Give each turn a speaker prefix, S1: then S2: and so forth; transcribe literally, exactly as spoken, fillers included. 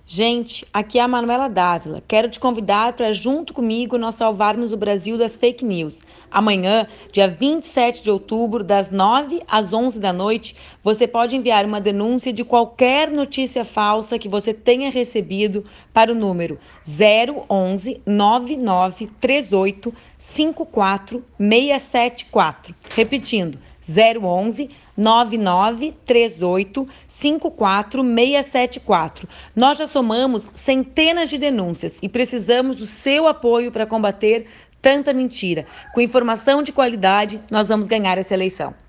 S1: Gente, aqui é a Manuela Dávila. Quero te convidar para, junto comigo, nós salvarmos o Brasil das fake news. Amanhã, dia vinte e sete de outubro, das nove às onze da noite, você pode enviar uma denúncia de qualquer notícia falsa que você tenha recebido para o número zero onze nove nove três oito cinco quatro seis sete quatro. Repetindo, zero onze nove nove três oito cinco quatro seis sete quatro. Nós já somamos centenas de denúncias e precisamos do seu apoio para combater tanta mentira. Com informação de qualidade, nós vamos ganhar essa eleição.